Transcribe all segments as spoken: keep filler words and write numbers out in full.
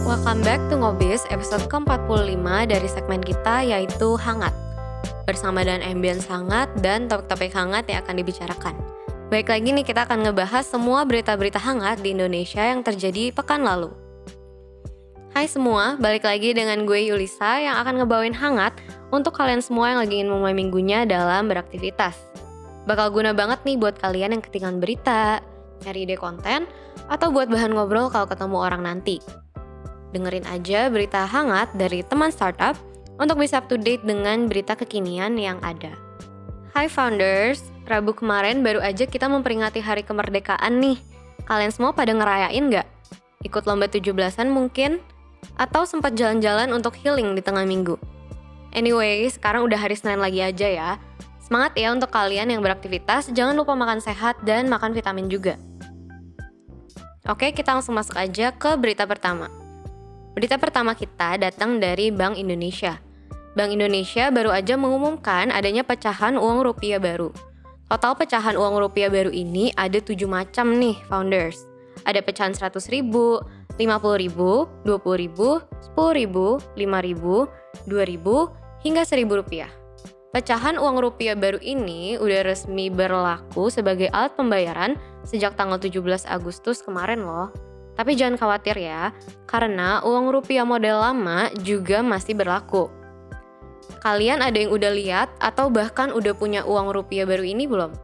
Welcome back to Ngobis episode ke empat puluh lima dari segmen kita yaitu Hangat. Bersama dengan ambience hangat dan topik-topik hangat yang akan dibicarakan. Baik lagi nih, kita akan ngebahas semua berita-berita hangat di Indonesia yang terjadi pekan lalu. Hai semua, balik lagi dengan gue Yulisa yang akan ngebawain hangat untuk kalian semua yang lagi ingin memulai minggunya dalam beraktivitas. Bakal guna banget nih buat kalian yang ketinggalan berita, cari ide konten, atau buat bahan ngobrol kalau ketemu orang nanti. Dengerin aja berita hangat dari teman startup untuk bisa up to date dengan berita kekinian yang ada. Hai founders, Rabu kemarin baru aja kita memperingati hari kemerdekaan nih. Kalian semua pada ngerayain gak? Ikut lomba tujuh belasan mungkin? Atau sempat jalan-jalan untuk healing di tengah minggu? Anyway, sekarang udah hari Senin lagi aja ya. Semangat ya untuk kalian yang beraktivitas, jangan lupa makan sehat dan makan vitamin juga. Oke, kita langsung masuk aja ke berita pertama. Berita pertama kita datang dari Bank Indonesia. Bank Indonesia baru aja mengumumkan adanya pecahan uang rupiah baru. Total pecahan uang rupiah baru ini ada tujuh macam nih, founders. Ada pecahan seratus ribu, lima puluh ribu, dua puluh ribu, sepuluh ribu, lima ribu, dua ribu, hingga seribu rupiah. Pecahan uang rupiah baru ini udah resmi berlaku sebagai alat pembayaran sejak tanggal tujuh belas Agustus kemarin loh. Tapi jangan khawatir ya, karena uang rupiah model lama juga masih berlaku. Kalian ada yang udah lihat atau bahkan udah punya uang rupiah baru ini belum?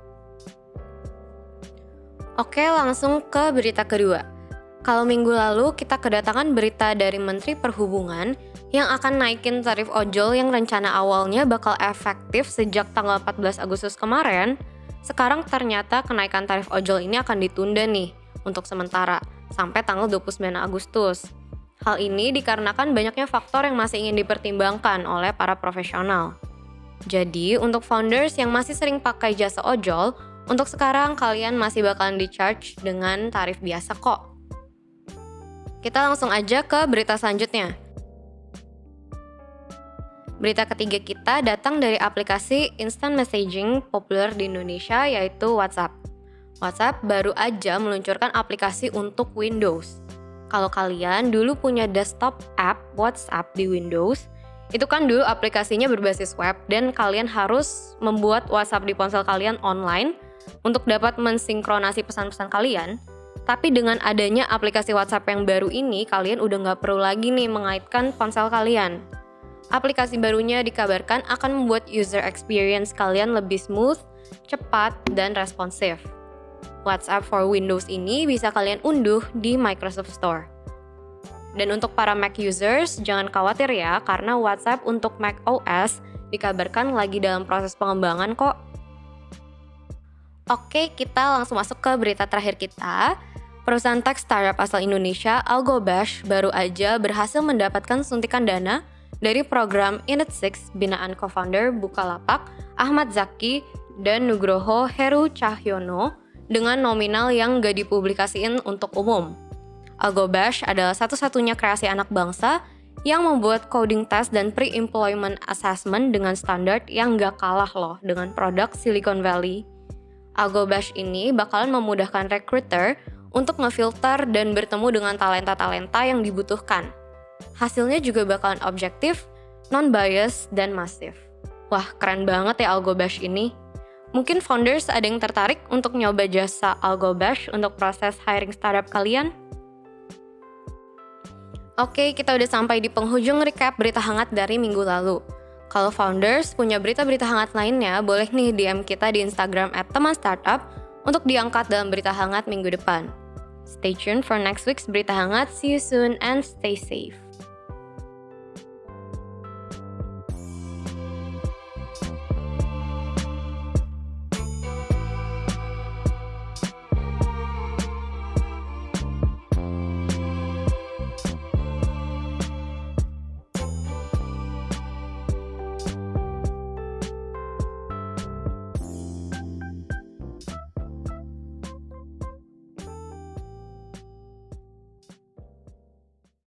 Oke, langsung ke berita kedua. Kalau minggu lalu kita kedatangan berita dari Menteri Perhubungan yang akan naikin tarif ojol yang rencana awalnya bakal efektif sejak tanggal empat belas Agustus kemarin, sekarang ternyata kenaikan tarif ojol ini akan ditunda nih untuk sementara sampai tanggal dua puluh sembilan Agustus. Hal ini dikarenakan banyaknya faktor yang masih ingin dipertimbangkan oleh para profesional. Jadi, untuk founders yang masih sering pakai jasa ojol, untuk sekarang kalian masih bakalan di-charge dengan tarif biasa kok. Kita langsung aja ke berita selanjutnya. Berita ketiga kita datang dari aplikasi instant messaging populer di Indonesia yaitu WhatsApp. WhatsApp baru aja meluncurkan aplikasi untuk Windows. Kalau kalian dulu punya desktop app WhatsApp di Windows, itu kan dulu aplikasinya berbasis web dan kalian harus membuat WhatsApp di ponsel kalian online untuk dapat mensinkronasi pesan-pesan kalian. Tapi dengan adanya aplikasi WhatsApp yang baru ini, kalian udah nggak perlu lagi nih mengaitkan ponsel kalian. Aplikasi barunya dikabarkan akan membuat user experience kalian lebih smooth, cepat, dan responsif. WhatsApp for Windows ini bisa kalian unduh di Microsoft Store. Dan untuk para Mac users, jangan khawatir ya, karena WhatsApp untuk Mac O S dikabarkan lagi dalam proses pengembangan kok. Oke, kita langsung masuk ke berita terakhir kita. Perusahaan tech startup asal Indonesia, Algobash, baru aja berhasil mendapatkan suntikan dana dari program Init enam binaan co-founder Bukalapak, Ahmad Zaki, dan Nugroho Heru Cahyono dengan nominal yang gak dipublikasiin untuk umum. Algobash adalah satu-satunya kreasi anak bangsa yang membuat coding test dan pre-employment assessment dengan standar yang gak kalah loh dengan produk Silicon Valley. Algobash ini bakalan memudahkan recruiter untuk ngefilter dan bertemu dengan talenta-talenta yang dibutuhkan. Hasilnya juga bakalan objektif, non-bias, dan masif. Wah, keren banget ya Algobash ini. Mungkin founders ada yang tertarik untuk nyoba jasa Algobash untuk proses hiring startup kalian? Oke, kita udah sampai di penghujung recap berita hangat dari minggu lalu. Kalau founders punya berita-berita hangat lainnya, boleh nih D M kita di Instagram at teman startup untuk diangkat dalam berita hangat minggu depan. Stay tuned for next week's berita hangat. See you soon and stay safe.